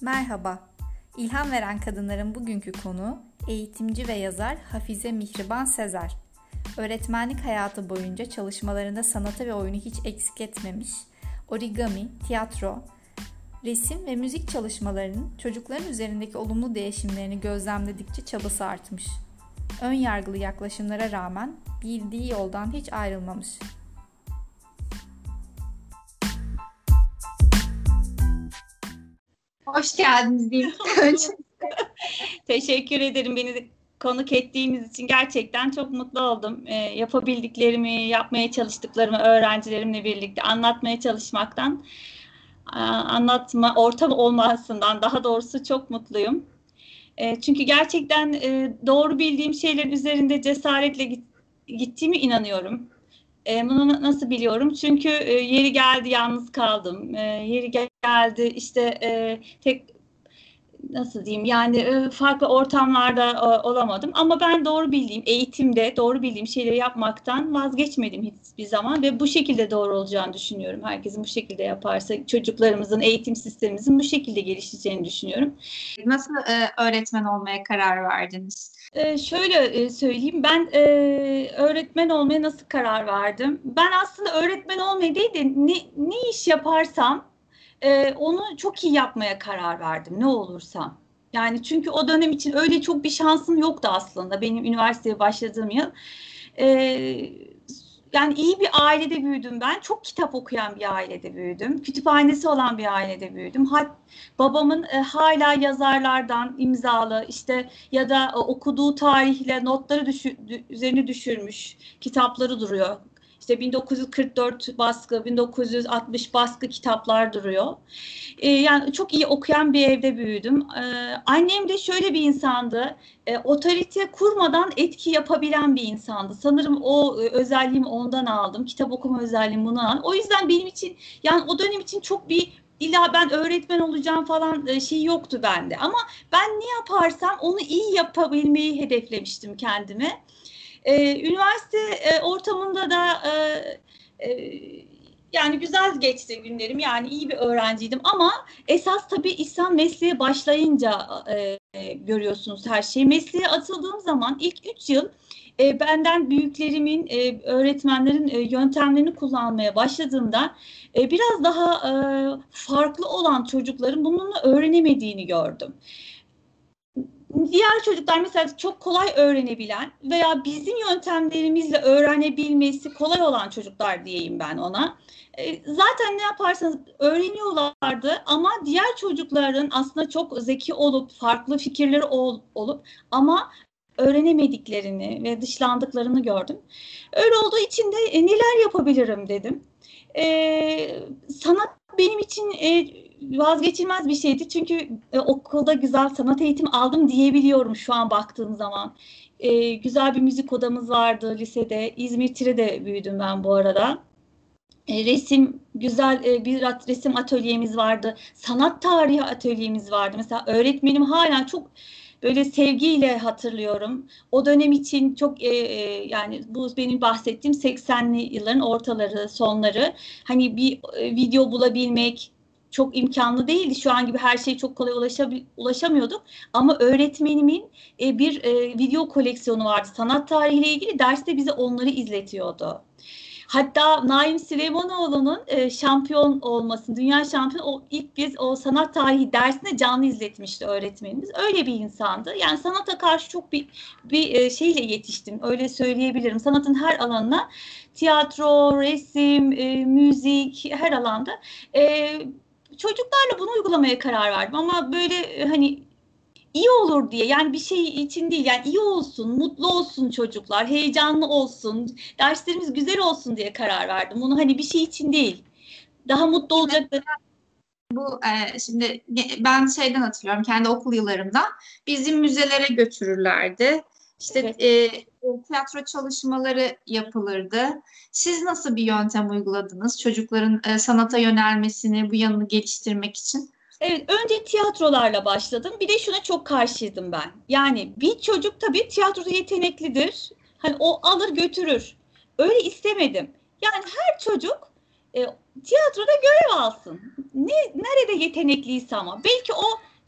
Merhaba, İlham Veren Kadınların bugünkü konuğu eğitimci ve yazar Hafize Mihriban Sezer. Öğretmenlik hayatı boyunca çalışmalarında sanatı ve oyunu hiç eksik etmemiş, origami, tiyatro, resim ve müzik çalışmalarının çocukların üzerindeki olumlu değişimlerini gözlemledikçe çabası artmış. Ön yargılı yaklaşımlara rağmen bildiği yoldan hiç ayrılmamış. Hoş geldiniz diyeyim. Teşekkür ederim beni konuk ettiğiniz için. Gerçekten çok mutlu oldum. Yapabildiklerimi, yapmaya çalıştıklarımı öğrencilerimle birlikte anlatmaya çalışmaktan, anlatma ortam olmasından daha doğrusu çok mutluyum. Çünkü gerçekten doğru bildiğim şeylerin üzerinde cesaretle gittiğime inanıyorum. Bunu nasıl biliyorum? Çünkü yeri geldi yalnız kaldım. Yeri geldi işte tek nasıl diyeyim yani farklı ortamlarda olamadım ama ben doğru bildiğim eğitimde doğru bildiğim şeyleri yapmaktan vazgeçmedim hiçbir zaman ve bu şekilde doğru olacağını düşünüyorum. Herkesin bu şekilde yaparsa çocuklarımızın eğitim sistemimizin bu şekilde gelişeceğini düşünüyorum. Nasıl öğretmen olmaya karar verdiniz? Şöyle söyleyeyim, ben öğretmen olmaya nasıl karar verdim? Ben aslında öğretmen olmayı değil de ne iş yaparsam onu çok iyi yapmaya karar verdim ne olursam. Yani çünkü o dönem için öyle çok bir şansım yoktu aslında benim üniversiteye başladığım yıl. E, Yani iyi bir ailede büyüdüm ben. Çok kitap okuyan bir ailede büyüdüm. Kütüphanesi olan bir ailede büyüdüm. Babamın hala yazarlardan imzalı işte ya da okuduğu tarihle notları üzerine düşürmüş kitapları duruyor. İşte 1944 baskı, 1960 baskı kitaplar duruyor. Yani çok iyi okuyan bir evde büyüdüm. Annem de şöyle bir insandı. Otorite kurmadan etki yapabilen bir insandı. Sanırım o özelliğimi ondan aldım. Kitap okuma özelliğimi bundan aldım. O yüzden benim için yani o dönem için çok bir illa ben öğretmen olacağım falan şey yoktu bende. Ama ben ne yaparsam onu iyi yapabilmeyi hedeflemiştim kendime. Üniversite ortamında da yani güzel geçti günlerim. Yani iyi bir öğrenciydim ama esas tabii insan mesleğe başlayınca görüyorsunuz her şeyi. Mesleğe atıldığım zaman ilk 3 yıl benden büyüklerimin, öğretmenlerin yöntemlerini kullanmaya başladığımda biraz daha farklı olan çocukların bunu öğrenemediğini gördüm. Diğer çocuklar mesela çok kolay öğrenebilen veya bizim yöntemlerimizle öğrenebilmesi kolay olan çocuklar diyeyim ben ona. Zaten ne yaparsanız öğreniyorlardı ama diğer çocukların aslında çok zeki olup farklı fikirleri olup ama öğrenemediklerini ve dışlandıklarını gördüm. Öyle olduğu için de neler yapabilirim dedim. Sanat benim için vazgeçilmez bir şeydi. Çünkü okulda güzel sanat eğitimi aldım diyebiliyorum şu an baktığım zaman. Güzel bir müzik odamız vardı lisede. İzmir Tire'de büyüdüm ben bu arada. Resim, güzel bir resim atölyemiz vardı. Sanat tarihi atölyemiz vardı. Mesela öğretmenim hala çok böyle sevgiyle hatırlıyorum. O dönem için çok yani bu benim bahsettiğim 80'li yılların ortaları, sonları. Hani bir video bulabilmek çok imkanlı değildi. Şu an gibi her şeye çok kolay ulaşamıyorduk. Ama öğretmenimin bir video koleksiyonu vardı. Sanat tarihiyle ilgili derste bize onları izletiyordu. Hatta Naim Süleymanoğlu'nun şampiyon olmasını, dünya şampiyonu o ilk kez o sanat tarihi dersinde canlı izletmişti öğretmenimiz. Öyle bir insandı. Yani sanata karşı çok bir şeyle yetiştim. Öyle söyleyebilirim. Sanatın her alanına tiyatro, resim, müzik her alanda çocuklarla bunu uygulamaya karar verdim. Ama böyle hani iyi olur diye yani bir şey için değil yani iyi olsun, mutlu olsun çocuklar, heyecanlı olsun, derslerimiz güzel olsun diye karar verdim. Bunu hani bir şey için değil. Daha mutlu olacaklar. Bu şimdi ben şeyden hatırlıyorum kendi okul yıllarımda bizim müzelere götürürlerdi. İşte Evet. tiyatro çalışmaları yapılırdı. Siz nasıl bir yöntem uyguladınız çocukların sanata yönelmesini, bu yanını geliştirmek için? Evet, önce tiyatrolarla başladım. Bir de şuna çok karşıydım ben. Yani bir çocuk tabii tiyatroda yeteneklidir. Hani o alır götürür. Öyle istemedim. Yani her çocuk tiyatroda görev alsın. Nerede yetenekliyse ama. Belki o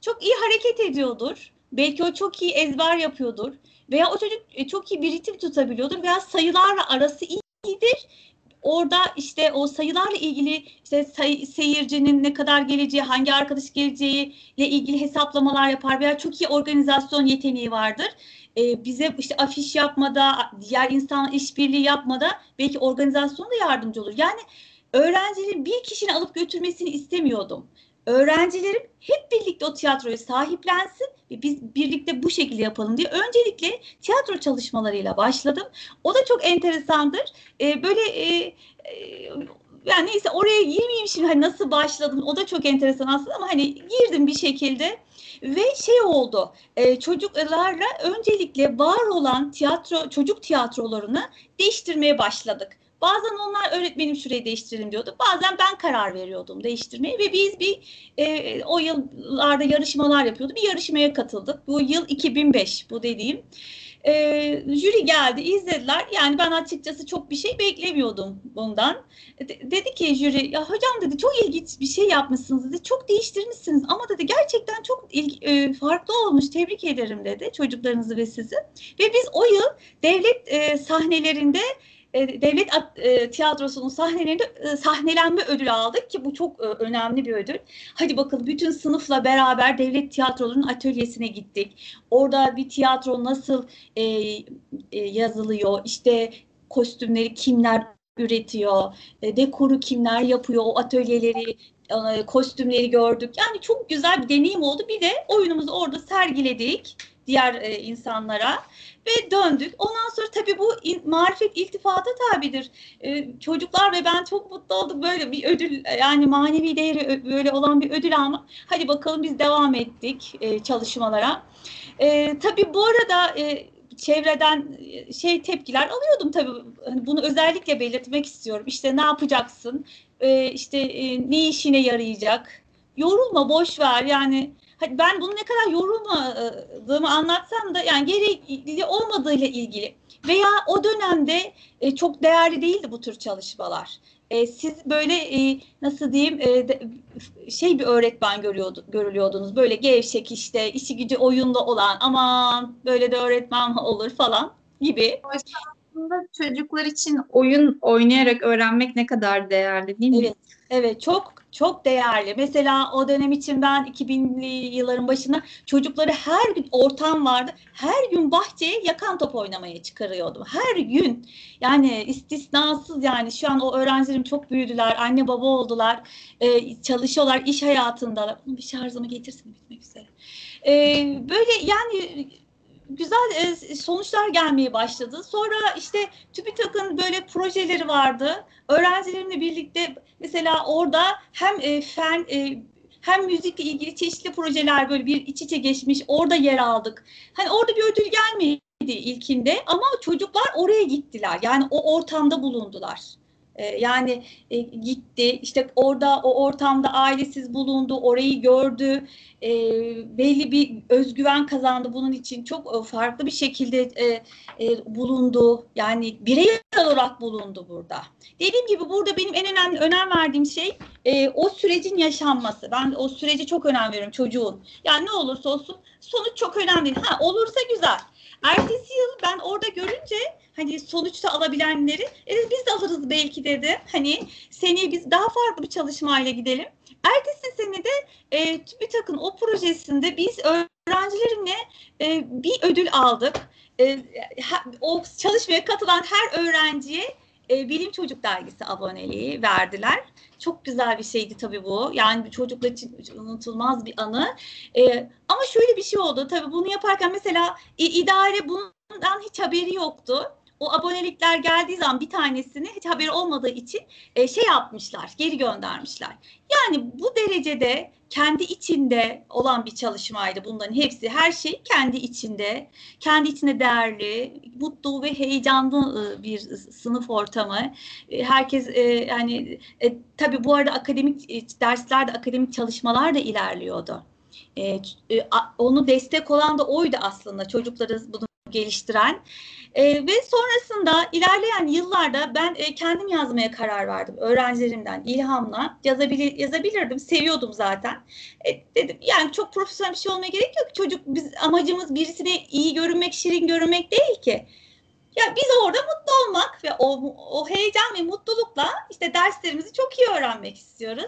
çok iyi hareket ediyordur. Belki o çok iyi ezber yapıyordur. Veya o çocuk çok iyi bir ritim tutabiliyordur. Veya sayılarla arası iyidir. Orada işte o sayılarla ilgili işte seyircinin ne kadar geleceği, hangi arkadaş geleceği ile ilgili hesaplamalar yapar veya çok iyi organizasyon yeteneği vardır. Bize işte afiş yapmada, diğer insan işbirliği yapmada belki organizasyonda yardımcı olur. Yani öğrencilerin bir kişinin alıp götürmesini istemiyordum. Öğrencilerim hep birlikte o tiyatroyu sahiplensin ve biz birlikte bu şekilde yapalım diye öncelikle tiyatro çalışmalarıyla başladım. O da çok enteresandır. Böyle yani neyse oraya girmeyeyim şimdi, hani nasıl başladım, o da çok enteresan aslında, ama hani girdim bir şekilde ve şey oldu, çocuklarla öncelikle var olan çocuk tiyatrolarını değiştirmeye başladık. Bazen onlar öğretmenim şurayı değiştirelim diyordu. Bazen ben karar veriyordum değiştirmeye ve biz o yıllarda yarışmalar yapıyorduk. Bir yarışmaya katıldık. Bu yıl 2005 bu dediğim. Jüri geldi, izlediler. Yani ben açıkçası çok bir şey beklemiyordum bundan. Dedi ki jüri, ya hocam dedi, çok ilginç bir şey yapmışsınız dedi. Çok değiştirmişsiniz ama dedi gerçekten çok farklı olmuş. Tebrik ederim dedi çocuklarınızı ve sizi. Ve biz o yıl devlet sahnelerinde devlet tiyatrosunun sahnelerinde sahnelenme ödülü aldık ki bu çok önemli bir ödül. Hadi bakalım, bütün sınıfla beraber devlet tiyatrolarının atölyesine gittik. Orada bir tiyatro nasıl yazılıyor, işte kostümleri kimler üretiyor, dekoru kimler yapıyor, o atölyeleri, kostümleri gördük. Yani çok güzel bir deneyim oldu. Bir de oyunumuzu orada sergiledik diğer insanlara ve döndük. Ondan sonra tabii bu marifet iltifata tabidir. Çocuklar ve ben çok mutlu olduk, böyle bir ödül, yani manevi değeri böyle olan bir ödül almak. Hadi bakalım, biz devam ettik çalışmalara. Tabii bu arada çevreden tepkiler alıyordum tabii. Hani bunu özellikle belirtmek istiyorum. İşte ne yapacaksın? Ne işine yarayacak? Yorulma, boş ver. Yani ben bunu ne kadar yorulmadığımı anlatsam da yani gerekli olmadığıyla ilgili veya o dönemde çok değerli değildi bu tür çalışmalar. Siz böyle nasıl diyeyim bir öğretmen görülüyordunuz. Böyle gevşek, işte işi gücü oyunda olan, aman böyle de öğretmen mi olur falan gibi. Aslında çocuklar için oyun oynayarak öğrenmek ne kadar değerli, değil mi? Evet, evet, çok çok değerli. Mesela o dönem için ben 2000'li yılların başında çocukları her gün, ortam vardı. Her gün bahçeye yakan top oynamaya çıkarıyordum. Her gün. Yani istisnasız, yani şu an o öğrencilerim çok büyüdüler. Anne baba oldular. Çalışıyorlar, iş hayatındalar. Onun bir şarjımı getirsin, bitmek üzere. Böyle yani güzel sonuçlar gelmeye başladı. Sonra işte TÜBİTAK'ın böyle projeleri vardı. Öğrencilerimle birlikte mesela orada hem fen hem müzikle ilgili çeşitli projeler böyle bir iç içe geçmiş. Orada yer aldık. Hani orada bir ödül gelmedi ilkinde ama çocuklar oraya gittiler. Yani o ortamda bulundular. Gitti, işte orada o ortamda ailesiz bulundu, orayı gördü, belli bir özgüven kazandı, bunun için çok farklı bir şekilde bulundu, yani birey olarak bulundu burada. Dediğim gibi burada benim en önemli önem verdiğim şey o sürecin yaşanması. Ben o sürece çok önem veriyorum çocuğun. Yani ne olursa olsun sonuç çok önemli değil. Olursa güzel. Ertesi yıl ben orada görünce hani sonuçta alabilenleri biz de alırız belki dedi. Hani seneye biz daha farklı bir çalışmayla gidelim. Ertesi sene de TÜBİTAK'ın o projesinde biz öğrencilerimle bir ödül aldık. O çalışmaya katılan her öğrenciye Bilim Çocuk Dergisi aboneliği verdiler. Çok güzel bir şeydi tabii bu. Yani çocuklar için unutulmaz bir anı. Ama şöyle bir şey oldu. Tabii bunu yaparken mesela idare bundan hiç haberi yoktu. O abonelikler geldiği zaman bir tanesini hiç haberi olmadığı için yapmışlar, geri göndermişler. Yani bu derecede kendi içinde olan bir çalışmaydı bunların hepsi. Her şey kendi içinde değerli, mutlu ve heyecanlı bir sınıf ortamı. Herkes tabii bu arada akademik derslerde, akademik çalışmalar da ilerliyordu. Onu destek olan da oydu aslında. Çocukları bunu geliştiren. Ve sonrasında ilerleyen yıllarda ben kendim yazmaya karar verdim. Öğrencilerimden ilhamla yazabilirdim. Seviyordum zaten. Dedim yani çok profesyonel bir şey olmaya gerek yok. Amacımız birisine iyi görünmek, şirin görünmek değil ki. Ya biz orada mutlu olmak ve o heyecan ve mutlulukla işte derslerimizi çok iyi öğrenmek istiyoruz.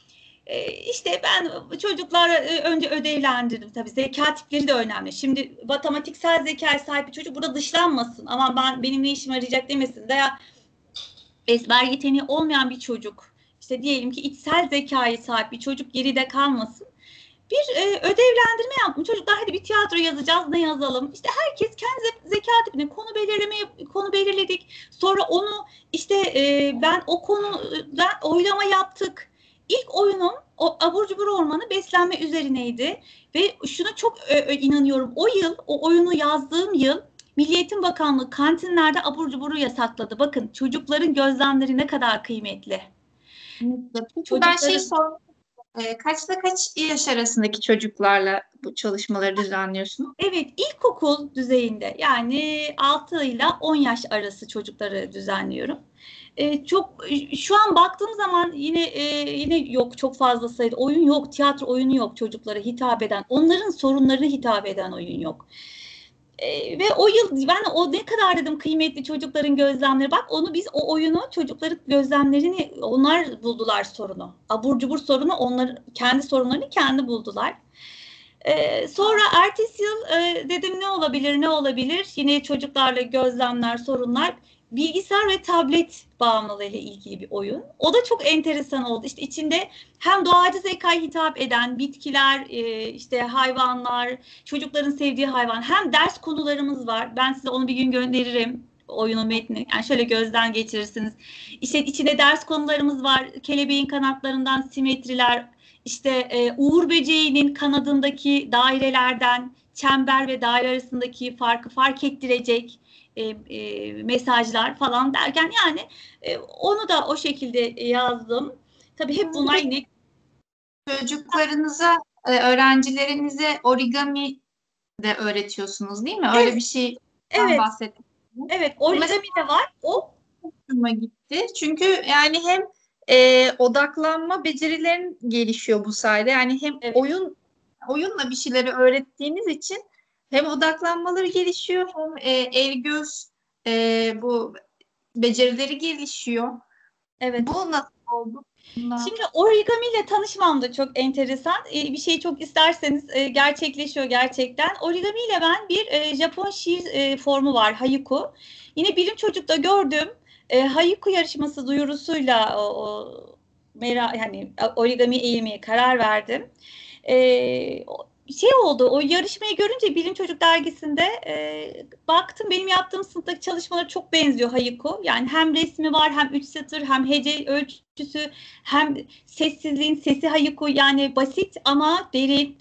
İşte ben çocuklara önce ödevlendirdim. Tabii zeka tipleri de önemli. Şimdi matematiksel zekaya sahip bir çocuk burada dışlanmasın. Ama benim ne işime yarayacak demesin. Veya ezber yeteneği olmayan bir çocuk, işte diyelim ki içsel zekaya sahip bir çocuk geride kalmasın. Bir ödevlendirme yaptım. Çocuklar hadi bir tiyatro yazacağız, ne yazalım? İşte herkes kendi zeka tipine konu belirledik. Sonra onu işte ben o konuda oylama yaptık. İlk oyunum o abur cubur ormanı beslenme üzerineydi. Ve şuna çok inanıyorum. O oyunu yazdığım yıl Milli Eğitim Bakanlığı kantinlerde abur cuburu yasakladı. Bakın çocukların gözlemleri ne kadar kıymetli. Ben sormak kaçla kaç yaş arasındaki çocuklarla bu çalışmaları düzenliyorsunuz? Evet, ilkokul düzeyinde yani 6 ile 10 yaş arası çocukları düzenliyorum. Şu an baktığım zaman yine yok çok fazla sayıda oyun yok, tiyatro oyunu yok çocuklara hitap eden, onların sorunlarına hitap eden oyun yok. Ve o yıl ben o ne kadar dedim kıymetli çocukların gözlemleri, bak onu biz o oyunu çocukların gözlemlerini onlar buldular sorunu. Abur cubur sorunu onlar kendi sorunlarını kendi buldular. Sonra ertesi yıl dedim ne olabilir yine çocuklarla gözlemler sorunlar, bilgisayar ve tablet bağımlılığı ile ilgili bir oyun. O da çok enteresan oldu. İşte içinde hem doğacı zekaya hitap eden bitkiler, işte hayvanlar, çocukların sevdiği hayvan, hem ders konularımız var. Ben size onu bir gün gönderirim. Oyunun metni. Yani şöyle gözden geçirirsiniz. İşte içinde ders konularımız var. Kelebeğin kanatlarından simetriler, işte uğur böceğinin kanadındaki dairelerden çember ve daire arasındaki farkı fark ettirecek mesajlar falan derken yani onu da o şekilde yazdım. Tabii hep bunlar yine çocuklarınıza, öğrencilerinize origami de öğretiyorsunuz değil mi? Öyle evet, bir şeyden evet, bahsettiniz. evet, origami de var. O hoşuma gitti. Çünkü yani hem odaklanma becerilerin gelişiyor bu sayede. Yani hem evet. oyunla bir şeyleri öğrettiğiniz için hem odaklanmaları gelişiyor hem el göz bu becerileri gelişiyor. Evet. Bu nasıl oldu? Şimdi origami ile tanışmam da çok enteresan. Bir şeyi çok isterseniz gerçekleşiyor gerçekten. Origami ile ben bir Japon şiir formu var, haiku. Yine Bilim Çocuk'ta gördüm. Haiku yarışması duyurusuyla yani origami eğilmeye karar verdim. Şey oldu, o yarışmayı görünce Bilim Çocuk dergisinde baktım benim yaptığım sınıftaki çalışmalara çok benziyor haiku. Yani hem resmi var, hem 3 satır, hem hece ölçüsü, hem sessizliğin sesi haiku, yani basit ama derin.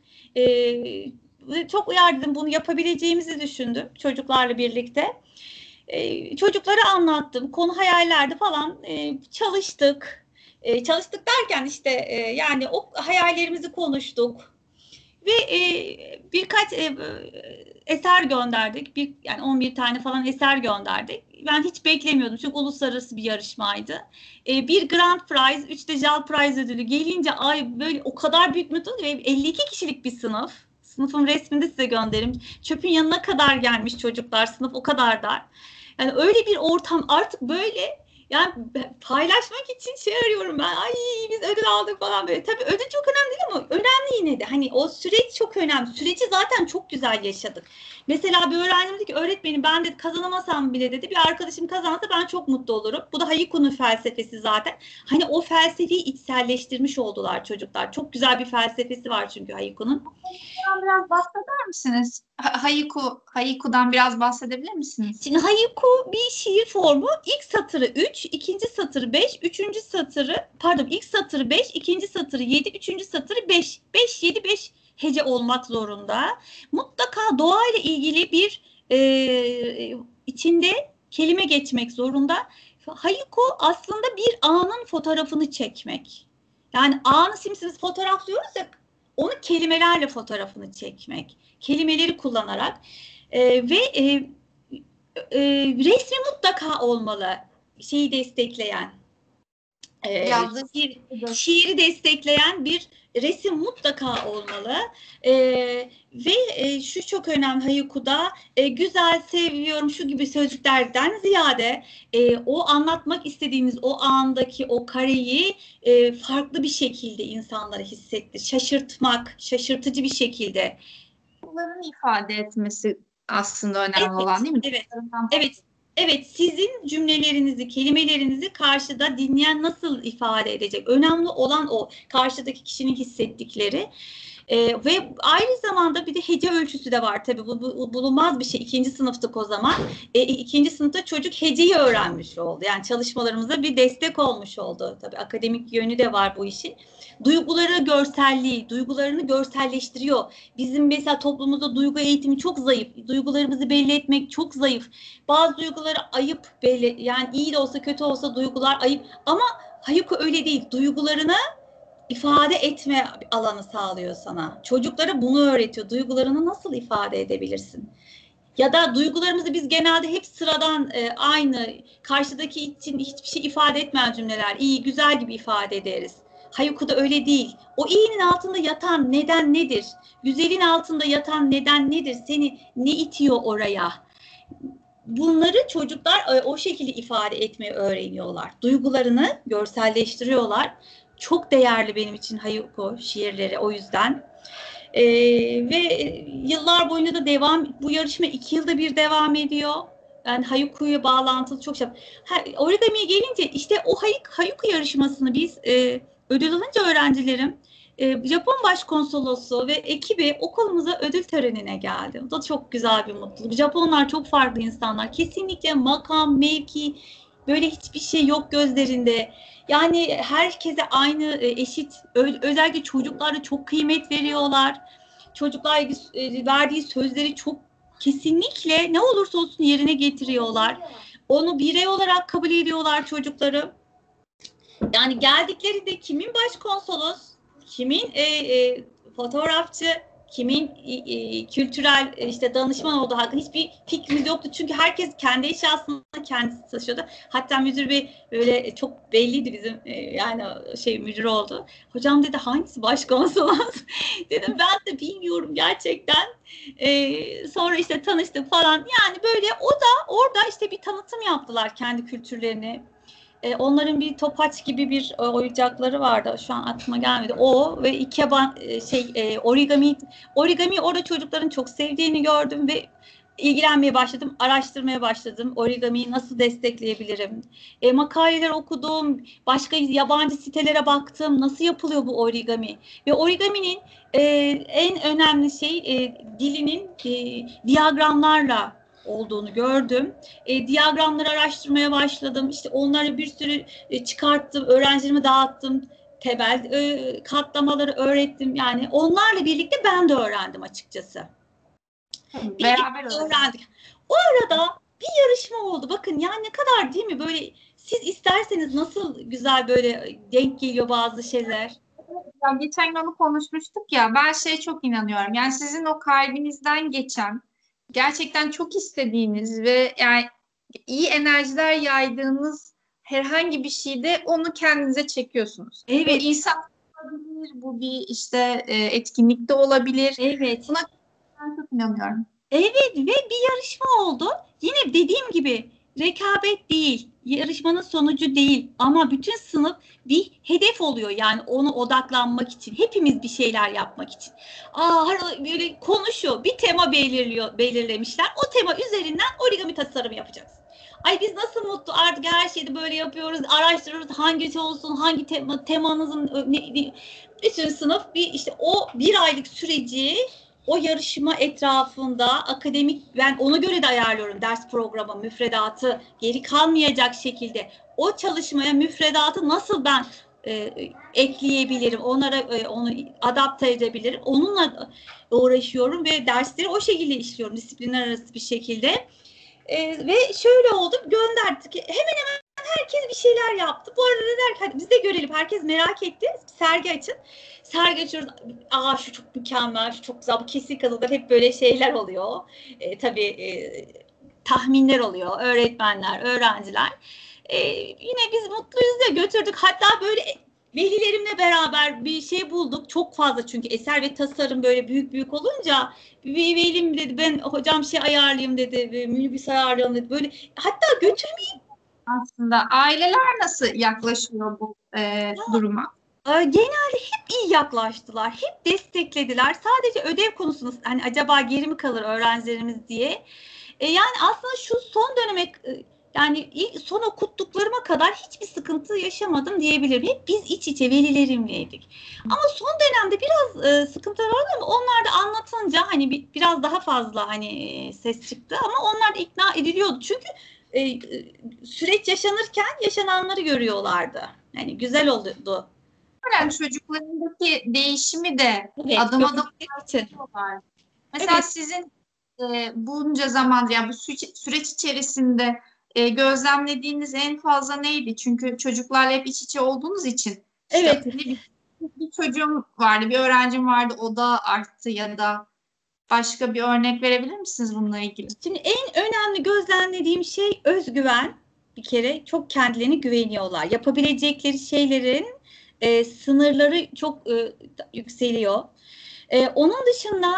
Çok uyardım, bunu yapabileceğimizi düşündüm çocuklarla birlikte. Çocuklara anlattım, konu hayallerdi falan, çalıştık. Çalıştık derken işte yani o hayallerimizi konuştuk. Ve birkaç eser gönderdik. Yani 11 tane falan eser gönderdik. Ben hiç beklemiyordum çünkü uluslararası bir yarışmaydı. Bir Grand Prize, 3 de Jal Prize ödülü gelince böyle o kadar büyük mutluluk ve 52 kişilik bir sınıf. Sınıfın resmini de size gönderim. Çöpün yanına kadar gelmiş çocuklar, sınıf o kadar dar. Yani öyle bir ortam artık böyle. Yani paylaşmak için şey arıyorum ben. Ay biz ödül aldık falan böyle. Tabii ödül çok önemli değil ama önemli yine de. Hani o süreç çok önemli. Süreci zaten çok güzel yaşadık. Mesela bir öğrencim dedi ki öğretmenim ben de kazanamasam bile dedi. Bir arkadaşım kazansa ben çok mutlu olurum. Bu da haiku'nun felsefesi zaten. Hani o felsefeyi içselleştirmiş oldular çocuklar. Çok güzel bir felsefesi var çünkü haiku'nun. Biraz bahseder misiniz? Haiku'dan biraz bahsedebilir misiniz? Şimdi haiku bir şiir formu. İlk satırı 3, ikinci satırı 5, üçüncü satırı, pardon ilk satırı 5, ikinci satırı 7, üçüncü satırı 5. 5, 7, 5 hece olmak zorunda. Mutlaka doğayla ilgili bir içinde kelime geçmek zorunda. Haiku aslında bir anın fotoğrafını çekmek. Yani anı simsimiz fotoğraflıyoruz ya, onu kelimelerle fotoğrafını çekmek. Kelimeleri kullanarak. Ve resmi mutlaka olmalı. Şeyi destekleyen, Yazdığı şiiri destekleyen bir resim mutlaka olmalı. Ve şu çok önemli Hayeku'da, güzel, seviyorum şu gibi sözcüklerden ziyade o anlatmak istediğimiz o andaki o kareyi farklı bir şekilde insanlara hissettir. Şaşırtmak, şaşırtıcı bir şekilde. duyguların ifade etmesi aslında önemli Evet, olan, değil mi? evet, evet. Evet, sizin cümlelerinizi, kelimelerinizi karşıda dinleyen nasıl ifade edecek? Önemli olan o karşıdaki kişinin hissettikleri. Ve aynı zamanda bir de hece ölçüsü de var tabii. Bu bulunmaz bir şey. İkinci sınıftık o zaman. İkinci sınıfta çocuk heceyi öğrenmiş oldu. Yani çalışmalarımıza bir destek olmuş oldu. Tabii akademik yönü de var bu işin. Duyguları görselliği, duygularını görselleştiriyor. Bizim mesela toplumumuzda duygu eğitimi çok zayıf. Duygularımızı belli etmek çok zayıf. Bazı duyguları ayıp belli, yani iyi de olsa kötü olsa duygular ayıp. Ama Hayeko öyle değil. Duygularını ifade etme alanı sağlıyor sana. Çocuklara bunu öğretiyor. Duygularını nasıl ifade edebilirsin? Ya da duygularımızı biz genelde hep sıradan aynı, karşıdaki için hiçbir şey ifade etmeyen cümleler, iyi, güzel gibi ifade ederiz. Hayeku'da öyle değil. O iyinin altında yatan neden nedir? Güzelin altında yatan neden nedir? Seni ne itiyor oraya? Bunları çocuklar o şekilde ifade etmeyi öğreniyorlar. Duygularını görselleştiriyorlar. Çok değerli benim için Hayeko şiirleri o yüzden. Ve yıllar boyunca da bu yarışma 2 yılda bir devam ediyor. Yani Hayeku'ya bağlantılı çok şey. Origami'ye gelince işte o Hayeko yarışmasını biz ödül alınca öğrencilerim Japon Başkonsolosu ve ekibi okulumuza ödül törenine geldi. Bu da çok güzel bir mutluluk. Japonlar çok farklı insanlar. Kesinlikle makam, mevki, böyle hiçbir şey yok gözlerinde. Yani herkese aynı, eşit, özellikle çocuklara çok kıymet veriyorlar. Çocuklar verdiği sözleri çok kesinlikle ne olursa olsun yerine getiriyorlar. Onu birey olarak kabul ediyorlar çocukları. Yani geldiklerinde kimin başkonsolos, kimin fotoğrafçı, kimin kültürel işte danışman olduğu hakkında hiçbir fikrimiz yoktu. Çünkü herkes kendi eşyasını kendisi taşıyordu. Hatta müdür bey böyle çok belliydi bizim yani müdür oldu. Hocam dedi hangisi başkonsolos? Dedim ben de bilmiyorum gerçekten. Sonra işte tanıştık falan. Yani böyle o da orada işte bir tanıtım yaptılar kendi kültürlerini. Onların bir topaç gibi bir oyuncakları vardı. Şu an aklıma gelmedi. O ve ikebana origami orada çocukların çok sevdiğini gördüm ve ilgilenmeye başladım, araştırmaya başladım. Origamiyi nasıl destekleyebilirim? Makaleler okudum, başka yabancı sitelere baktım. Nasıl yapılıyor bu origami? Ve origaminin en önemli dilinin diyagramlarla olduğunu gördüm. Diyagramları araştırmaya başladım. İşte onları bir sürü çıkarttım, öğrencilerime dağıttım. Temel katlamaları öğrettim. Yani onlarla birlikte ben de öğrendim açıkçası. Beraber öğrendik. O arada bir yarışma oldu. Bakın yani ne kadar değil mi? Böyle siz isterseniz nasıl güzel böyle denk geliyor bazı şeyler. Ya geçen gün onu konuşmuştuk ya, ben çok inanıyorum. Yani sizin o kalbinizden geçen, gerçekten çok istediğiniz ve yani iyi enerjiler yaydığınız herhangi bir şeyde onu kendinize çekiyorsunuz. Evet. Bu insan olabilir, bu bir etkinlikte olabilir. Evet. Buna ben çok inanıyorum. Evet ve bir yarışma oldu. Yine dediğim gibi rekabet değil, yarışmanın sonucu değil ama bütün sınıf bir hedef oluyor yani ona odaklanmak için, hepimiz bir şeyler yapmak için. Böyle konuşuyor, bir tema belirlemişler. O tema üzerinden origami tasarımı yapacağız. Ay biz nasıl mutlu artık her şeyi böyle yapıyoruz, araştırıyoruz hangisi olsun, hangi temanızın bütün sınıf işte o bir aylık süreci o yarışma etrafında akademik ben ona göre de ayarlıyorum ders programı, müfredatı geri kalmayacak şekilde o çalışmaya müfredatı nasıl ben ekleyebilirim, onu adapte edebilirim. Onunla uğraşıyorum ve dersleri o şekilde işliyorum, disiplinler arası bir şekilde. Ve şöyle oldu, gönderdik. Hemen herkes bir şeyler yaptı. Bu arada dediler ki hadi biz de görelim. Herkes merak etti. Sergi açın. Sergi açıyoruz. Aa şu çok mükemmel, şu çok güzel. Bu kesin kazanır. Hep böyle şeyler oluyor. Tabii tahminler oluyor. Öğretmenler, öğrenciler. Yine biz mutluyuz da götürdük. Hatta böyle velilerimle beraber bir şey bulduk. Çok fazla çünkü eser ve tasarım böyle büyük büyük olunca bir velim dedi ben hocam şey ayarlayayım dedi. Minibüs ayarlayalım dedi. Böyle hatta götürmeyi Aslında aileler nasıl yaklaşıyor bu duruma? genelde hep iyi yaklaştılar. Hep desteklediler. Sadece ödev konusunda hani acaba geri mi kalır öğrencilerimiz diye. Yani aslında şu son döneme yani ilk son okuttuklarıma kadar hiçbir sıkıntı yaşamadım diyebilirim. Hep biz iç içe velilerimleydik. Ama son dönemde biraz sıkıntılar oldu ama onlar da anlatınca hani biraz daha fazla hani ses çıktı ama onlar da ikna ediliyordu. Çünkü süreç yaşanırken yaşananları görüyorlardı. Yani güzel oldu. Yani çocuklarındaki değişimi de Evet, adım adım için. yapıyorlar. Mesela Evet. sizin bunca zaman yani bu süreç içerisinde gözlemlediğiniz en fazla neydi? Çünkü çocuklarla hep iç içe olduğunuz için işte Evet. bir çocuğum vardı, bir öğrencim vardı, o da arttı ya da başka bir örnek verebilir misiniz bununla ilgili? Şimdi en önemli gözlemlediğim şey özgüven. Bir kere çok kendilerine güveniyorlar. Yapabilecekleri şeylerin sınırları çok yükseliyor. Onun dışında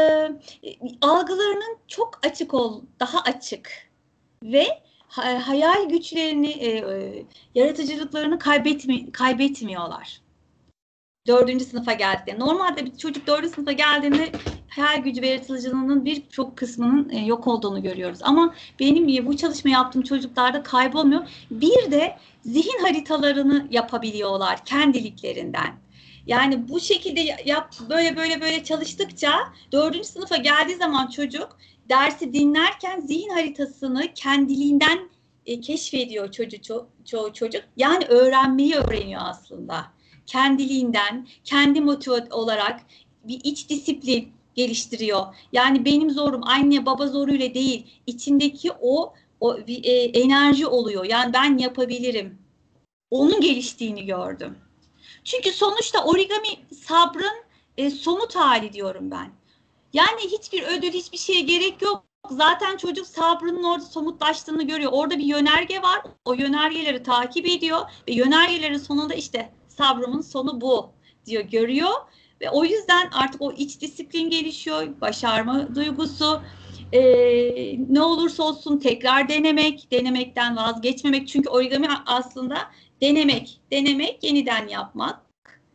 algılarının çok açık daha açık ve hayal güçlerini, yaratıcılıklarını kaybetmiyorlar. 4. sınıfa geldi. Normalde bir çocuk 4. sınıfa geldiğinde hayal gücü ve yaratıcılığının birçok kısmının yok olduğunu görüyoruz. Ama benim bu çalışma yaptığım çocuklarda kaybolmuyor. Bir de zihin haritalarını yapabiliyorlar kendiliklerinden. Yani bu şekilde böyle çalıştıkça 4. sınıfa geldiği zaman çocuk dersi dinlerken zihin haritasını kendiliğinden keşfediyor çoğu çocuk. Yani öğrenmeyi öğreniyor aslında. Kendiliğinden, kendi motive olarak bir iç disiplin geliştiriyor. Yani benim zorum anne baba zoruyla değil, içindeki o enerji oluyor. Yani ben yapabilirim. Onun geliştiğini gördüm. Çünkü sonuçta origami sabrın somut hali diyorum ben. Yani hiçbir ödül, hiçbir şeye gerek yok. Zaten çocuk sabrının orada somutlaştığını görüyor. Orada bir yönerge var. O yönergeleri takip ediyor ve yönergelerin sonunda işte sabrımın sonu bu diyor, görüyor. Ve o yüzden artık o iç disiplin gelişiyor, başarma duygusu. Ne olursa olsun tekrar denemekten vazgeçmemek. Çünkü origami aslında denemek, yeniden yapmak.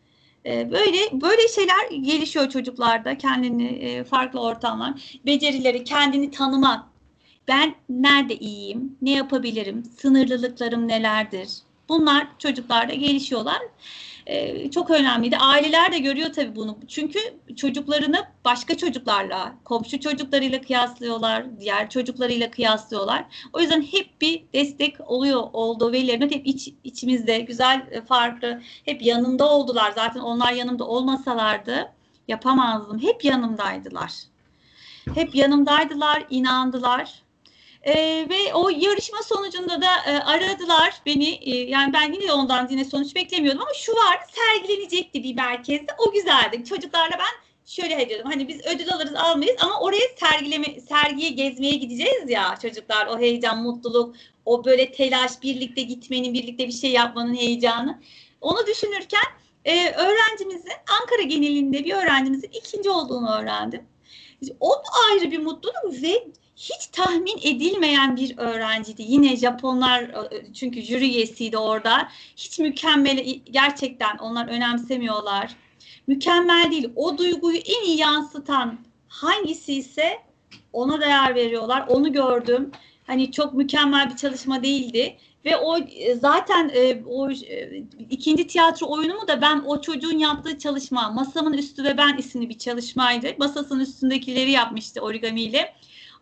Böyle şeyler gelişiyor çocuklarda, kendini farklı ortamlar, becerileri, kendini tanımak. Ben nerede iyiyim, ne yapabilirim, sınırlılıklarım nelerdir? Bunlar çocuklarda gelişiyorlar. Çok önemliydi. Aileler de görüyor tabii bunu. Çünkü çocuklarını başka çocuklarla, komşu çocuklarıyla kıyaslıyorlar, diğer çocuklarıyla kıyaslıyorlar. O yüzden hep bir destek oldu velilerimiz hep içimizde güzel, farklı, hep yanımda oldular. Zaten onlar yanımda olmasalardı yapamazdım. Hep yanımdaydılar. Hep yanımdaydılar, inandılar. Ve o yarışma sonucunda da aradılar beni. Yani ben yine sonuç beklemiyordum ama şu var, sergilenecekti bir merkezde. O güzeldi. Çocuklarla ben şöyle diyordum. Hani biz ödül alırız almayız ama oraya sergiye gezmeye gideceğiz ya çocuklar. O heyecan, mutluluk, o böyle telaş, birlikte gitmenin, birlikte bir şey yapmanın heyecanı. Onu düşünürken öğrencimizin Ankara genelinde bir öğrencimizin 2. olduğunu öğrendim. O ayrı bir mutluluk ve hiç tahmin edilmeyen bir öğrenciydi. Yine Japonlar çünkü jüri üyesiydi orada. Hiç mükemmel, gerçekten onlar önemsemiyorlar. Mükemmel değil. O duyguyu en iyi yansıtan hangisi ise ona değer veriyorlar. Onu gördüm. Hani çok mükemmel bir çalışma değildi. Ve o zaten o 2. tiyatro oyunumu da ben o çocuğun yaptığı çalışma, Masamın Üstü ve Ben isimli bir çalışmaydı. Masasının üstündekileri yapmıştı origamiyle.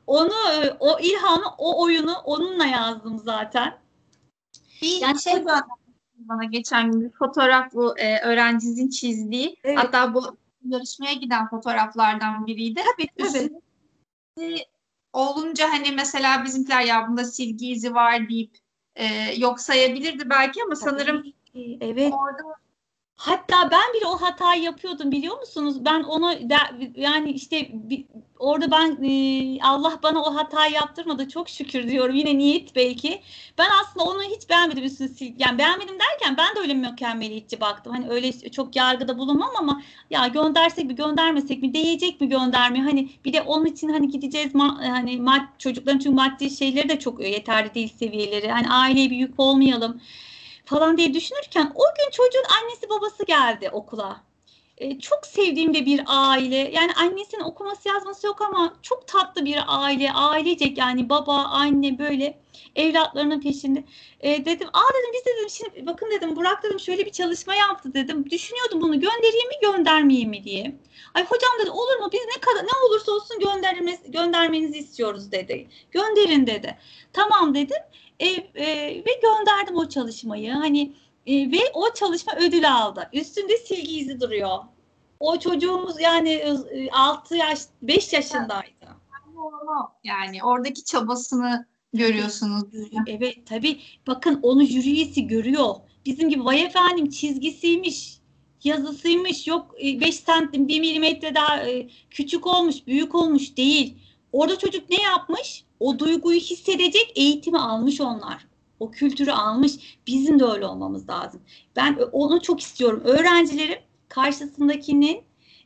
O ilhamı, o oyunu onunla yazdım zaten. Bir şey bana geçen gün bir fotoğraf bu öğrencinizin çizdiği. Evet. Hatta bu yarışmaya giden fotoğraflardan biriydi. Tabii. Olunca hani mesela bizimkiler ya bunda silgi izi var deyip yok sayabilirdi belki ama sanırım evet. orada Hatta ben bile o hatayı yapıyordum, biliyor musunuz? Ben onu yani işte orada ben Allah bana o hatayı yaptırmadı, çok şükür diyorum. Yine niyet belki. Ben aslında onu hiç beğenmedim, üstüne yani beğenmedim derken ben de öyle mükemmeliyetçi baktım. Hani öyle çok yargıda bulunmam ama ya göndersek mi göndermesek mi, değecek mi göndermiyor? Hani bir de onun için hani gideceğiz hani çocukların, çünkü maddi şeyleri de çok yeterli değil seviyeleri. Hani aileye bir yük olmayalım falan diye düşünürken o gün çocuğun annesi babası geldi okula. Çok sevdiğim de bir aile. Yani annesinin okuması yazması yok ama çok tatlı bir aile. Ailecek, yani baba, anne böyle evlatlarının peşinde. Dedim, dedim biz dedim şimdi bakın dedim, Burak dedim şöyle bir çalışma yaptı dedim. Düşünüyordum bunu göndereyim mi göndermeyeyim mi diye. Ay hocam dedi, olur mu? Biz ne kadar ne olursa olsun göndermenizi istiyoruz dedi. Gönderin dedi. Tamam dedim. Ve gönderdim o çalışmayı. Hani ve o çalışma ödül aldı. Üstünde silgi izi duruyor. O çocuğumuz yani 6 yaş, 5 yaşındaydı. yani oradaki çabasını görüyorsunuz. Evet tabii, bakın onu jüri üyesi görüyor. Bizim gibi vay efendim çizgisiymiş, yazısıymış, yok 5 santim 1 milimetre daha küçük olmuş, büyük olmuş değil. Orada çocuk ne yapmış? O duyguyu hissedecek eğitimi almış onlar. O kültürü almış. Bizim de öyle olmamız lazım. Ben onu çok istiyorum. Öğrencilerim karşısındakinin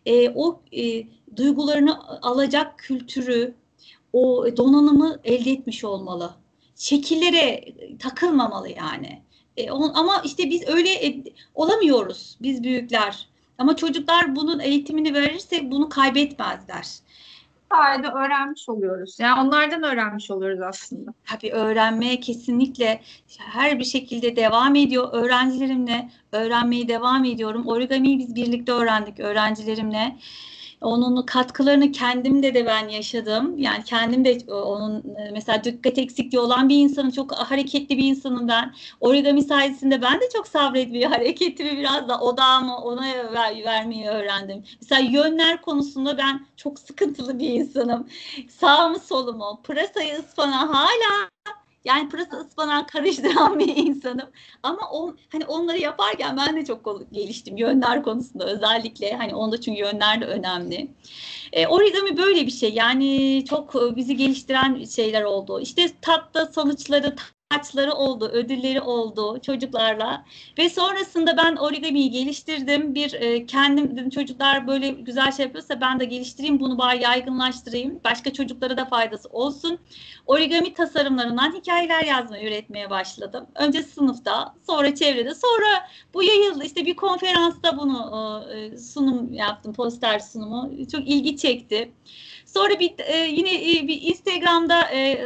duygularını alacak kültürü, o donanımı elde etmiş olmalı. Şekillere takılmamalı yani. Ama işte biz öyle olamıyoruz, biz büyükler. Ama çocuklar bunun eğitimini verirsek bunu kaybetmezler. Sayede öğrenmiş oluyoruz. Yani onlardan öğrenmiş oluyoruz aslında. Tabii öğrenmeye kesinlikle her bir şekilde devam ediyor. Öğrencilerimle öğrenmeye devam ediyorum. Origamiyi biz birlikte öğrendik öğrencilerimle. Onun katkılarını kendimde de ben yaşadım. Yani kendim de onun mesela dikkat eksikliği olan bir insanım. Çok hareketli bir insanım ben. Origami sayesinde ben de çok sabretmeyi, hareketimi biraz da odağımı ona vermeyi öğrendim. Mesela yönler konusunda ben çok sıkıntılı bir insanım. Sağ mı solu mu, pırasayı ıspanağı hala, yani pırasa ıspanağı karıştıran bir insanım. Ama hani onları yaparken ben de çok geliştim yönler konusunda özellikle. Hani onda çünkü yönler de önemli. Origami böyle bir şey. Yani çok bizi geliştiren şeyler oldu. İşte tatlı sonuçları, taçları oldu, ödülleri oldu çocuklarla. Ve sonrasında ben origamiyi geliştirdim. Kendim dedim, çocuklar böyle güzel şey yapıyorsa ben de geliştireyim, bunu bari yaygınlaştırayım. Başka çocuklara da faydası olsun. Origami tasarımlarından hikayeler yazmayı üretmeye başladım. Önce sınıfta, sonra çevrede, sonra bu yayıldı. İşte bir konferansta bunu sunum yaptım, poster sunumu. Çok ilgi çekti. Sonra yine bir Instagram'da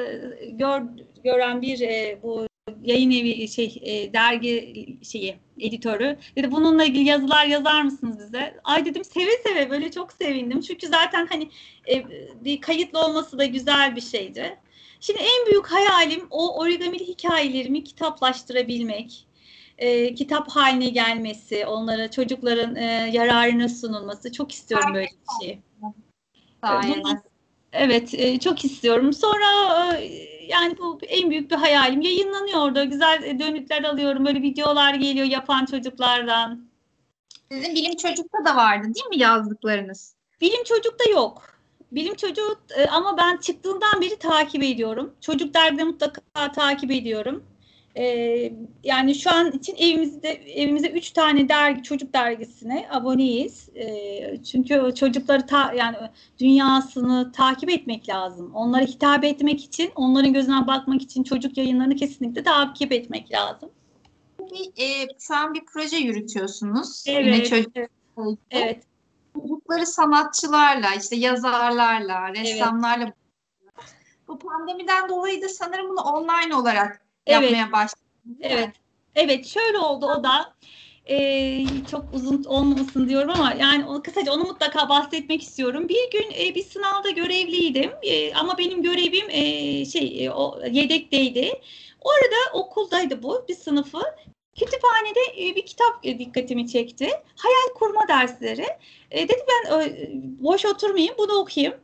gören bir bu yayın evi dergi editörü dedi, bununla ilgili yazılar yazar mısınız bize? Ay dedim, seve seve, böyle çok sevindim. Çünkü zaten hani bir kayıtlı olması da güzel bir şeydi. Şimdi en büyük hayalim o origamili hikayelerimi kitaplaştırabilmek. Kitap haline gelmesi, onlara çocukların yararına sunulması. Çok istiyorum böyle bir şey. Evet, çok istiyorum. Sonra yani bu en büyük bir hayalim. Yayınlanıyor orada. Güzel dönütler alıyorum. Böyle videolar geliyor yapan çocuklardan. Sizin Bilim Çocuk'ta da vardı değil mi yazdıklarınız? Bilim Çocuk'ta yok. Bilim Çocuk ama ben çıktığından beri takip ediyorum. Çocuk dergide mutlaka takip ediyorum. Yani şu an için evimize 3 tane çocuk dergisine aboneyiz. Çünkü çocukları yani dünyasını takip etmek lazım. Onlara hitap etmek için, onların gözüne bakmak için çocuk yayınlarını kesinlikle takip etmek lazım. Şu an bir proje yürütüyorsunuz. Evet. Yine çocuk. Evet. Çocukları sanatçılarla, işte yazarlarla, ressamlarla. Evet. Bu pandemiden dolayı da sanırım bunu online olarak yapmaya başladınız. Evet. Evet, şöyle oldu o da. Çok uzun olmasın diyorum ama yani kısaca onu mutlaka bahsetmek istiyorum. Bir gün bir sınavda görevliydim ama benim görevim yedekteydi. Orada okuldaydı bu bir sınıfı. Kütüphanede bir kitap dikkatimi çekti. Hayal kurma dersleri. Dedim ben boş oturmayayım, bunu okuyayım.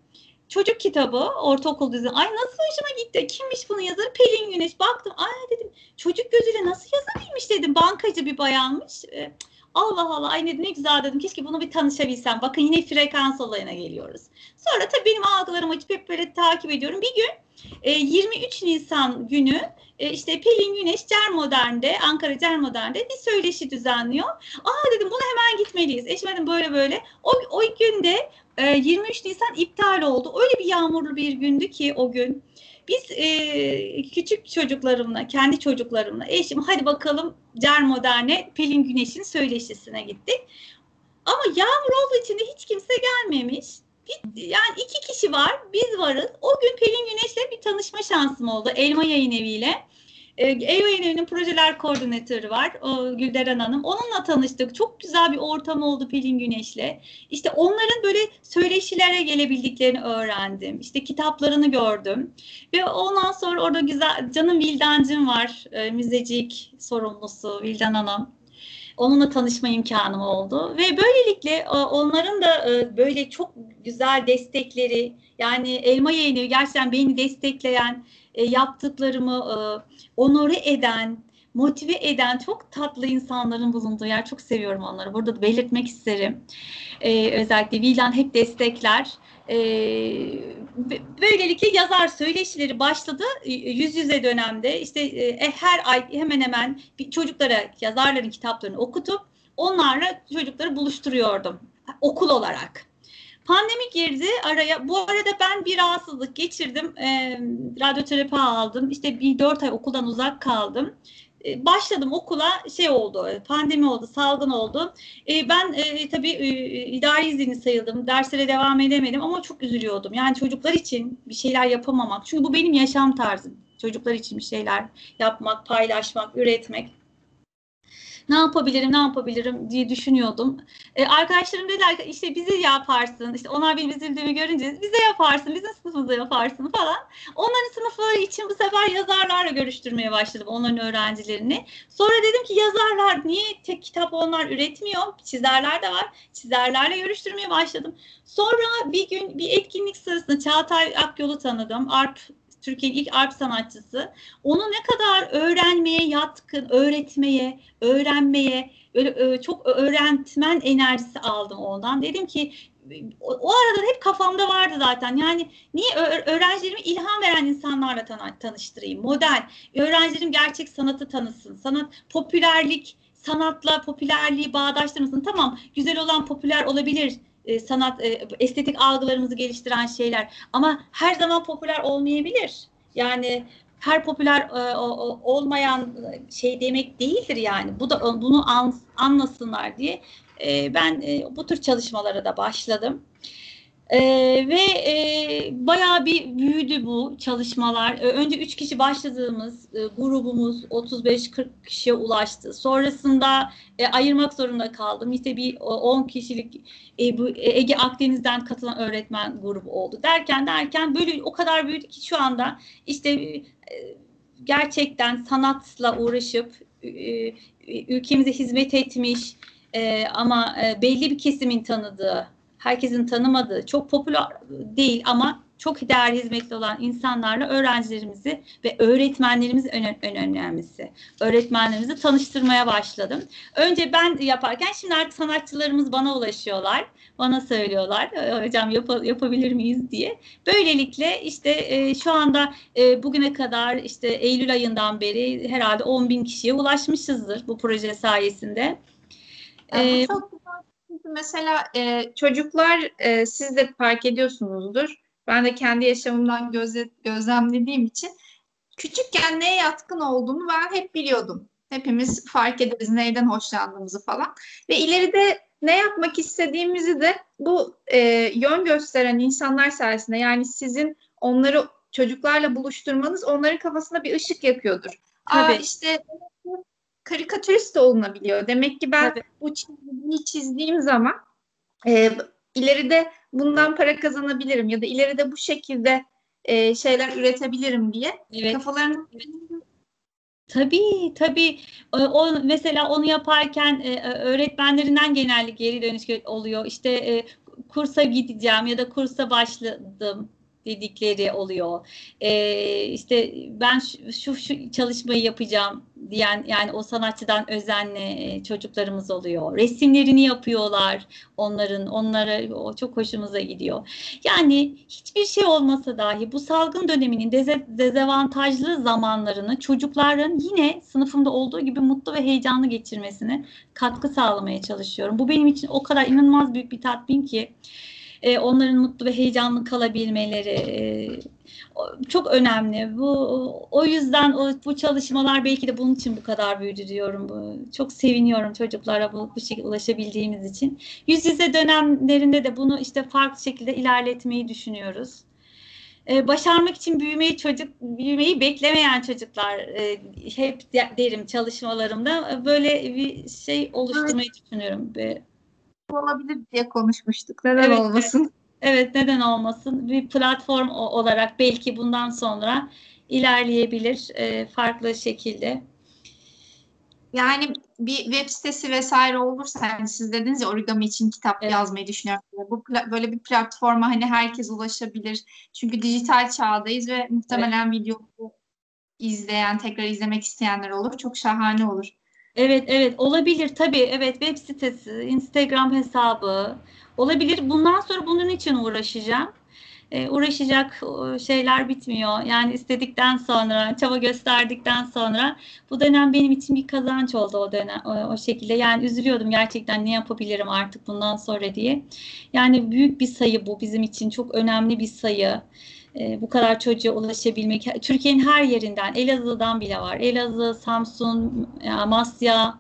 çocuk kitabı, ortaokul dizisi. Ay nasıl hoşuma gitti. Kimmiş bunun yazarı? Pelin Güneş. Baktım, ay dedim, çocuk gözüyle nasıl yazabilmiş dedim. Bankacı bir bayanmış. Allah Allah, ay ne güzel dedim. Keşke bunu bir tanışabilsem. Bakın yine frekans olayına geliyoruz. Sonra tabii benim algılarımı açıp hep böyle takip ediyorum. Bir gün 23 Nisan günü işte Pelin Güneş Cermodern'de, Ankara Cermodern'de bir söyleşi düzenliyor. Aa dedim, buna hemen gitmeliyiz. Eşime dedim böyle böyle. O günde 23 Nisan iptal oldu. Öyle bir yağmurlu bir gündü ki o gün. Biz küçük çocuklarımla, kendi çocuklarımla, eşim hadi bakalım Cermodern'e Pelin Güneş'in söyleşisine gittik. Ama yağmur olduğu için de hiç kimse gelmemiş. Yani 2 kişi var, biz varız. O gün Pelin Güneş'le bir tanışma şansım oldu. Elma Yayın Evi'yle. Elma Yayın Evi'nin projeler koordinatörü var, Gülderen Hanım. Onunla tanıştık. Çok güzel bir ortam oldu Pelin Güneş'le. İşte onların böyle söyleşilere gelebildiklerini öğrendim. İşte kitaplarını gördüm. Ve ondan sonra orada güzel, canım Vildancığım var, müzecik sorumlusu Vildan Hanım. Onunla tanışma imkanım oldu ve böylelikle onların da böyle çok güzel destekleri, yani Elma Yayın Evi gerçekten beni destekleyen, yaptıklarımı onore eden, motive eden çok tatlı insanların bulunduğu yer. Çok seviyorum onları. Burada da belirtmek isterim. Özellikle Vildan hep destekler. Böylelikle yazar söyleşileri başladı. Yüz yüze dönemde işte her ay hemen hemen çocuklara yazarların kitaplarını okutup onlarla çocukları buluşturuyordum okul olarak. Pandemi girdi araya. Bu arada ben bir rahatsızlık geçirdim. Radyoterapi aldım. İşte bir 4 ay okuldan uzak kaldım. Başladım okula, şey oldu, pandemi oldu, salgın oldu. Ben tabii idari izinli sayıldım, derslere devam edemedim ama çok üzülüyordum. Yani çocuklar için bir şeyler yapamamak, çünkü bu benim yaşam tarzım. Çocuklar için bir şeyler yapmak, paylaşmak, üretmek. Ne yapabilirim diye düşünüyordum. Arkadaşlarım dediler ki işte bizi yaparsın. İşte onlar benim üzüldüğümü görünce bize yaparsın, bizim sınıfımıza yaparsın falan. Onların sınıfları için bu sefer yazarlarla görüştürmeye başladım, onların öğrencilerini. Sonra dedim ki yazarlar niye tek kitap onlar üretmiyor? Çizerler de var. Çizerlerle görüştürmeye başladım. Sonra bir gün bir etkinlik sırasında Çağatay Akyol'u tanıdım. Türkiye'nin ilk arp sanatçısı. Onu ne kadar öğrenmeye yatkın, öğretmeye, öğrenmeye, böyle çok öğretmen enerjisi aldım ondan. Dedim ki o arada hep kafamda vardı zaten. Yani niye öğrencilerime ilham veren insanlarla tanıştırayım? Model. Öğrencilerim gerçek sanatı tanısın. Sanatla popülerliği bağdaştırmasın. Tamam, güzel olan popüler olabilir. Sanat, estetik algılarımızı geliştiren şeyler. Ama her zaman popüler olmayabilir. Yani her popüler olmayan şey demek değildir yani. Bunu anlasınlar diye ben bu tür çalışmalara da başladım. Ve bayağı bir büyüdü bu çalışmalar. Önce 3 kişi başladığımız grubumuz 35-40 kişiye ulaştı. Sonrasında ayırmak zorunda kaldım. İşte bir 10 kişilik bu Ege Akdeniz'den katılan öğretmen grubu oldu. Derken böyle o kadar büyüdü ki şu anda işte gerçekten sanatla uğraşıp ülkemize hizmet etmiş ama belli bir kesimin tanıdığı, herkesin tanımadığı, çok popüler değil ama çok değerli hizmetli olan insanlarla öğrencilerimizi ve öğretmenlerimizi önemlisi. Öğretmenlerimizi tanıştırmaya başladım. Önce ben yaparken şimdi artık sanatçılarımız bana ulaşıyorlar. Bana söylüyorlar hocam yapabilir miyiz diye. Böylelikle işte şu anda bugüne kadar işte Eylül ayından beri herhalde 10.000 kişiye ulaşmışızdır bu proje sayesinde. Bu çok güzel. Mesela çocuklar siz de fark ediyorsunuzdur. Ben de kendi yaşamımdan gözlemlediğim için küçükken neye yatkın olduğunu ben hep biliyordum. Hepimiz fark ederiz neyden hoşlandığımızı falan. Ve ileride ne yapmak istediğimizi de bu yön gösteren insanlar sayesinde, yani sizin onları çocuklarla buluşturmanız onların kafasında bir ışık yakıyordur. Tabii. İşte karikatürist de olunabiliyor. Demek ki ben Tabii. bu çizgiyi çizdiğim zaman ileride bundan para kazanabilirim ya da ileride bu şekilde şeyler üretebilirim diye kafalarını... Tabii. Mesela onu yaparken öğretmenlerinden genellikle geri dönüş oluyor. İşte kursa gideceğim ya da kursa başladım. dedikleri oluyor. İşte ben şu çalışmayı yapacağım diyen, yani o sanatçıdan özenle çocuklarımız oluyor. Resimlerini yapıyorlar onlara o çok hoşumuza gidiyor. Yani hiçbir şey olmasa dahi bu salgın döneminin dezavantajlı zamanlarını çocukların yine sınıfımda olduğu gibi mutlu ve heyecanlı geçirmesine katkı sağlamaya çalışıyorum. Bu benim için o kadar inanılmaz büyük bir tatmin ki onların mutlu ve heyecanlı kalabilmeleri çok önemli. O yüzden bu çalışmalar belki de bunun için bu kadar büyüdü diyorum. Çok seviniyorum çocuklara bu şekilde ulaşabildiğimiz için. Yüz yüze dönemlerinde de bunu işte farklı şekilde ilerletmeyi düşünüyoruz. Başarmak için büyümeyi beklemeyen çocuklar hep derim çalışmalarımda, böyle bir şey oluşturmayı düşünüyorum. Olabilir diye konuşmuştuk. Neden Evet, olmasın? evet, neden olmasın? Bir platform olarak belki bundan sonra ilerleyebilir farklı şekilde. Yani bir web sitesi vesaire olursa, hani siz dediniz ya origami için kitap yazmayı düşünüyorum. Böyle bir platforma hani herkes ulaşabilir. Çünkü dijital çağdayız ve muhtemelen videoyu izleyen, tekrar izlemek isteyenler olur. Çok şahane olur. Evet, olabilir tabii. Evet, web sitesi, Instagram hesabı olabilir. Bundan sonra bunun için uğraşacağım. Uğraşacak şeyler bitmiyor. Yani istedikten sonra, çaba gösterdikten sonra bu dönem benim için bir kazanç oldu o dönem o şekilde. Yani üzülüyordum gerçekten, ne yapabilirim artık bundan sonra diye. Yani büyük bir sayı bu bizim için, çok önemli bir sayı. Bu kadar çocuğa ulaşabilmek. Türkiye'nin her yerinden, Elazığ'dan bile var. Elazığ, Samsun, Amasya,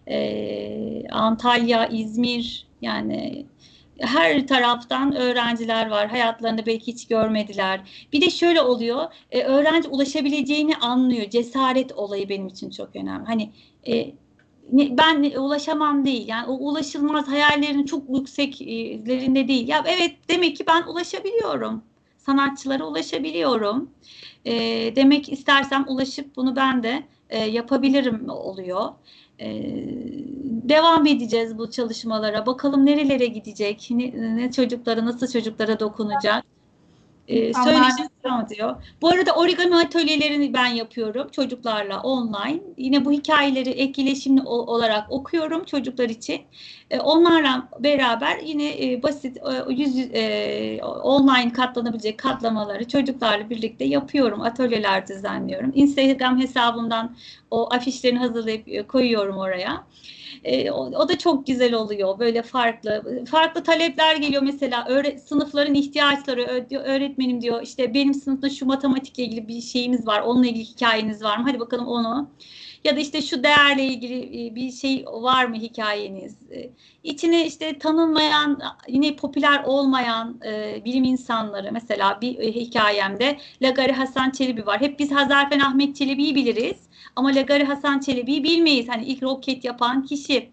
Antalya, İzmir, yani her taraftan öğrenciler var. Hayatlarında belki hiç görmediler. Bir de şöyle oluyor. Öğrenci ulaşabileceğini anlıyor. Cesaret olayı benim için çok önemli. Hani ben ulaşamam değil. Yani o ulaşılmaz hayallerin çok yükseklerinde değil. Ya evet, demek ki ben ulaşabiliyorum. Sanatçılara ulaşabiliyorum. Demek istersem ulaşıp bunu ben de yapabilirim oluyor. Devam edeceğiz bu çalışmalara. Bakalım nerelere gidecek, ne çocuklara, nasıl çocuklara dokunacak. Söyleşi devam ediyor. Bu arada origami atölyelerini ben yapıyorum çocuklarla online. Yine bu hikayeleri etkileşimli olarak okuyorum çocuklar için. Onlarla beraber yine basit online katlanabilecek katlamaları çocuklarla birlikte yapıyorum. Atölyeler düzenliyorum. Instagram hesabımdan o afişlerini hazırlayıp koyuyorum oraya. O da çok güzel oluyor. Böyle farklı talepler geliyor. Mesela sınıfların ihtiyaçları, öğretmenim diyor, işte benim sınıfta şu matematikle ilgili bir şeyimiz var. Onunla ilgili hikayeniz var mı? Hadi bakalım onu. Ya da işte şu değerle ilgili bir şey var mı hikayeniz? İçine işte tanınmayan, yine popüler olmayan bilim insanları, mesela bir hikayemde Lagari Hasan Çelebi var. Hep biz Hazarfen Ahmet Çelebi'yi biliriz. Ama Lagari Hasan Çelebi'yi bilmeyiz. Hani ilk roket yapan kişi.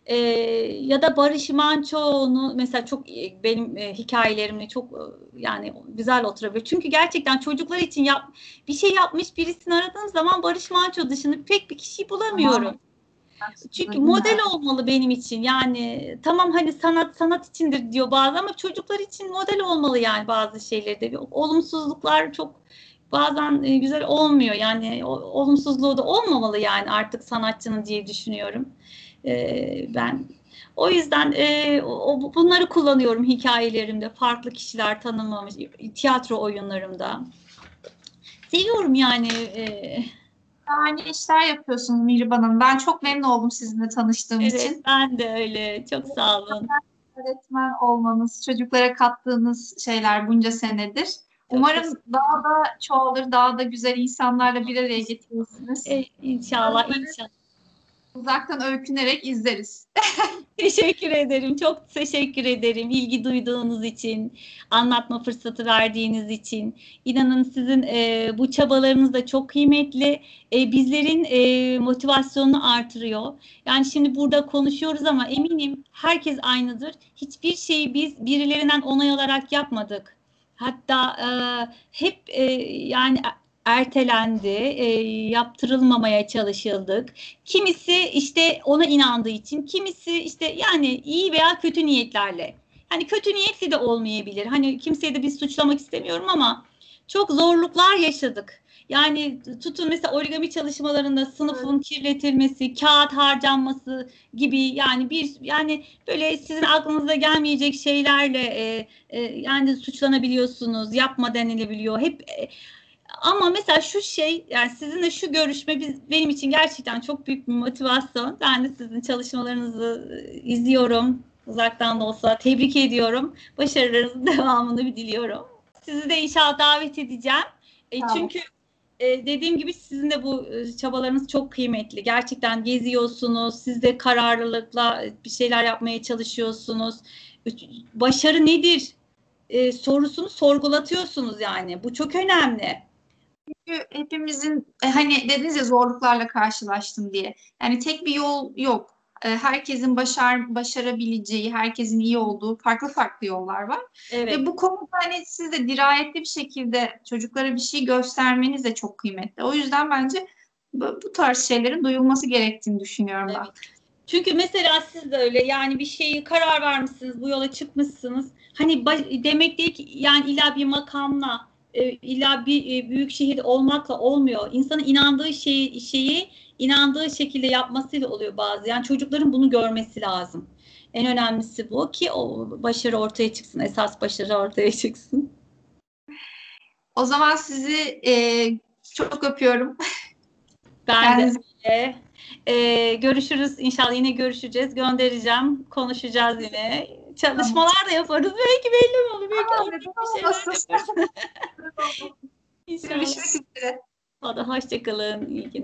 Ya da Barış Manço'nu mesela çok benim hikayelerimle çok yani güzel oturabilir. Çünkü gerçekten çocuklar için bir şey yapmış birisini aradığım zaman Barış Manço dışında pek bir kişiyi bulamıyorum. Çünkü model olmalı benim için. Yani tamam, hani sanat içindir diyor bazı, ama çocuklar için model olmalı yani bazı şeylerde. Olumsuzluklar çok bazen güzel olmuyor. Yani olumsuzluğu da olmamalı yani artık sanatçının diye düşünüyorum. Ben o yüzden bunları kullanıyorum hikayelerimde. Farklı kişiler tanınmamış, tiyatro oyunlarımda. Seviyorum yani. Yani işler yapıyorsunuz Mihriban Hanım. Ben çok memnun oldum sizinle tanıştığım Evet, için. ben de öyle. Çok sağ olun. Öğretmen olmanız, çocuklara kattığınız şeyler bunca senedir. Çok Umarım daha da çoğalır, daha da güzel insanlarla bir araya getirirsiniz. İnşallah. Uzaktan öykünerek izleriz. Teşekkür ederim. Çok teşekkür ederim. İlgi duyduğunuz için, anlatma fırsatı verdiğiniz için. İnanın sizin bu çabalarınız da çok kıymetli. Bizlerin motivasyonunu artırıyor. Yani şimdi burada konuşuyoruz ama eminim herkes aynıdır. Hiçbir şeyi biz birilerinden onay alarak yapmadık. Hatta hep yani ertelendi, yaptırılmamaya çalışıldık. Kimisi işte ona inandığı için, kimisi işte yani iyi veya kötü niyetlerle. hani kötü niyetli de olmayabilir. Hani kimseyi de biz suçlamak istemiyorum ama çok zorluklar yaşadık. Yani tutun mesela origami çalışmalarında sınıfın kirletilmesi, kağıt harcanması gibi, yani böyle sizin aklınıza gelmeyecek şeylerle yani suçlanabiliyorsunuz, yapma denilebiliyor. Ama mesela şu şey, yani sizinle şu görüşme benim için gerçekten çok büyük bir motivasyon. Ben de sizin çalışmalarınızı izliyorum. Uzaktan da olsa tebrik ediyorum. Başarılarınızın devamını diliyorum. Sizi de inşallah davet edeceğim. Çünkü dediğim gibi sizin de bu çabalarınız çok kıymetli. Gerçekten geziyorsunuz. Siz de kararlılıkla bir şeyler yapmaya çalışıyorsunuz. Başarı nedir? Sorusunu sorgulatıyorsunuz yani. Bu çok önemli. Çünkü hepimizin hani dediniz ya zorluklarla karşılaştım diye. Yani tek bir yol yok. Herkesin başarabileceği, herkesin iyi olduğu farklı farklı yollar var. Evet. Ve bu konuda hani siz de dirayetli bir şekilde çocuklara bir şey göstermeniz de çok kıymetli. O yüzden bence bu tarz şeylerin duyulması gerektiğini düşünüyorum ben. Evet. Çünkü mesela siz de öyle, yani bir şeyi karar vermişsiniz, bu yola çıkmışsınız. Hani demek değil ki yani illa bir makamla, illa bir büyük şehir olmakla olmuyor. İnsanın inandığı şeyi inandığı şekilde yapmasıyla oluyor bazı. Yani çocukların bunu görmesi lazım. En önemlisi bu ki o başarı ortaya çıksın, esas başarı ortaya çıksın. O zaman sizi çok öpüyorum. Ben de Kendinize öyle. Görüşürüz. İnşallah yine görüşeceğiz. Göndereceğim. Konuşacağız yine. Çalışmalar da yaparız. Belki belli mi olur? Belki ortak neden bir şeyler olmasın? yaparız. İnşallah. Görüşmek üzere. Hadi hoşça kalın. İyi günler.